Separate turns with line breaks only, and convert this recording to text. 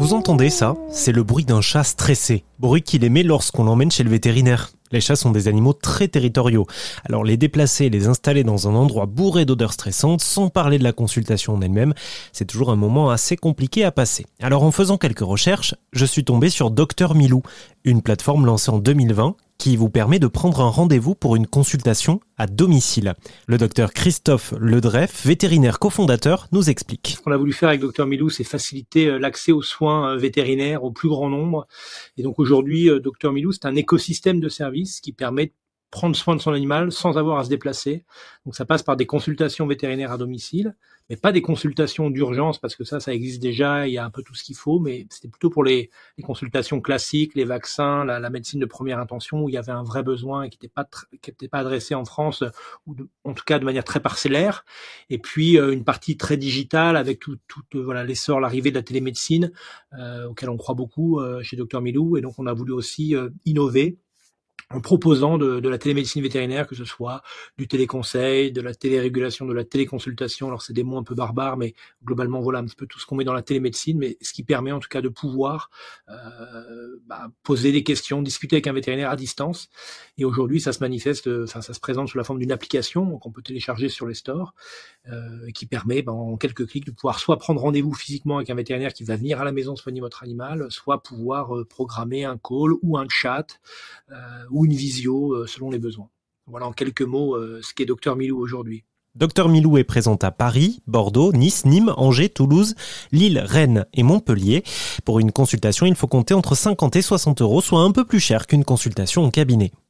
Vous entendez ça ? C'est le bruit d'un chat stressé. Bruit qu'il émet lorsqu'on l'emmène chez le vétérinaire. Les chats sont des animaux très territoriaux. Alors les déplacer et les installer dans un endroit bourré d'odeurs stressantes, sans parler de la consultation en elle-même, c'est toujours un moment assez compliqué à passer. Alors en faisant quelques recherches, je suis tombé sur Dr Milou, une plateforme lancée en 2020 qui vous permet de prendre un rendez-vous pour une consultation à domicile. Le docteur Christophe Ledreff, vétérinaire cofondateur, nous explique.
Ce qu'on a voulu faire avec Dr Milou, c'est faciliter l'accès aux soins vétérinaires au plus grand nombre. Et donc aujourd'hui, Dr Milou, c'est un écosystème de services qui permet de prendre soin de son animal sans avoir à se déplacer. Donc ça passe par des consultations vétérinaires à domicile, mais pas des consultations d'urgence, parce que ça existe déjà, il y a un peu tout ce qu'il faut, mais c'était plutôt pour les consultations classiques, les vaccins, la médecine de première intention, où il y avait un vrai besoin et qui n'était pas adressé en France, ou en tout cas de manière très parcellaire. Et puis une partie très digitale avec tout l'essor, l'arrivée de la télémédecine, auquel on croit beaucoup chez Dr Milou. Et donc on a voulu aussi innover en proposant de la télémédecine vétérinaire, que ce soit du téléconseil, de la télérégulation, de la téléconsultation. Alors c'est des mots un peu barbares, mais globalement voilà un petit peu tout ce qu'on met dans la télémédecine, mais ce qui permet en tout cas de pouvoir poser des questions, discuter avec un vétérinaire à distance. Et aujourd'hui ça se présente sous la forme d'une application qu'on peut télécharger sur les stores, qui permet en quelques clics de pouvoir soit prendre rendez-vous physiquement avec un vétérinaire qui va venir à la maison soigner votre animal, soit pouvoir programmer un call ou un chat ou une visio selon les besoins. Voilà en quelques mots ce qu'est Dr Milou aujourd'hui.
Dr Milou est présent à Paris, Bordeaux, Nice, Nîmes, Angers, Toulouse, Lille, Rennes et Montpellier. Pour une consultation, il faut compter entre 50 et 60 €, soit un peu plus cher qu'une consultation en cabinet.